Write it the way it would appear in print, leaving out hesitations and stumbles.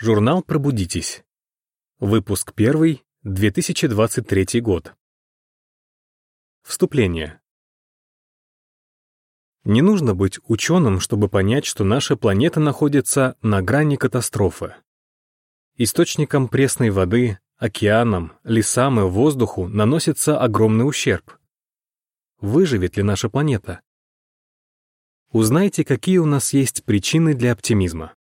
Журнал «Пробудитесь». Выпуск 1, 2023 год. Вступление. Не нужно быть ученым, чтобы понять, что наша планета находится на грани катастрофы. Источникам пресной воды, океанам, лесам и воздуху наносится огромный ущерб. Выживет ли наша планета? Узнайте, какие у нас есть причины для оптимизма.